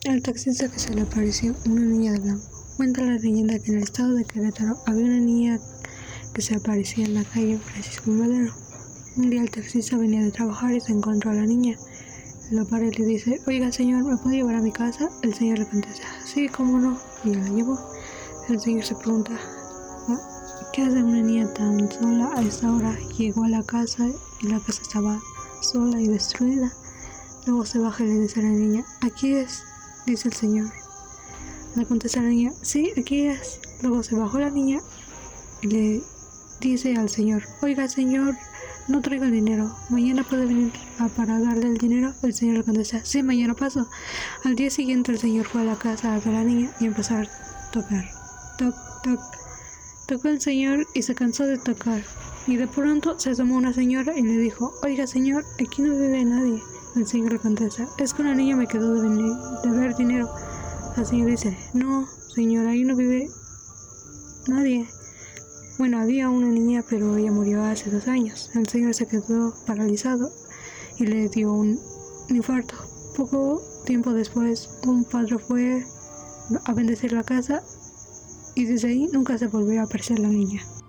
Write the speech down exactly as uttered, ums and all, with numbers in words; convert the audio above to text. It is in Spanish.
Al taxista que se le apareció una niña de blanco. Cuenta la leyenda que en el estado de Querétaro había una niña que se aparecía en la calle Francisco y Madero. Un día el taxista venía de trabajar y se encontró a la niña. La para y le dice: oiga señor, ¿me puede llevar a mi casa? El señor le contesta: sí, cómo no, y la llevó. El señor se pregunta: ¿qué hace una niña tan sola a esta hora? Llegó a la casa y la casa estaba sola y destruida. Luego se baja y le dice a la niña: aquí es, dice el señor. Le contesta la niña: sí, aquí es. Luego se bajó la niña y le dice al señor: oiga señor, no traigo dinero, mañana puede venir a para darle el dinero. El señor le contesta: sí, mañana paso. Al día siguiente el señor fue a la casa de la niña y empezó a tocar. Toc, toc. Tocó el señor y se cansó de tocar. Y de pronto se asomó una señora y le dijo: oiga señor, aquí no vive nadie. El señor le contesta: es que una niña me quedó de, venir, de ver dinero. El señor dice: no, señora, ahí no vive nadie. Bueno, había una niña, pero ella murió hace dos años. El señor se quedó paralizado y le dio un infarto. Poco tiempo después, un padre fue a bendecir la casa y desde ahí nunca se volvió a aparecer la niña.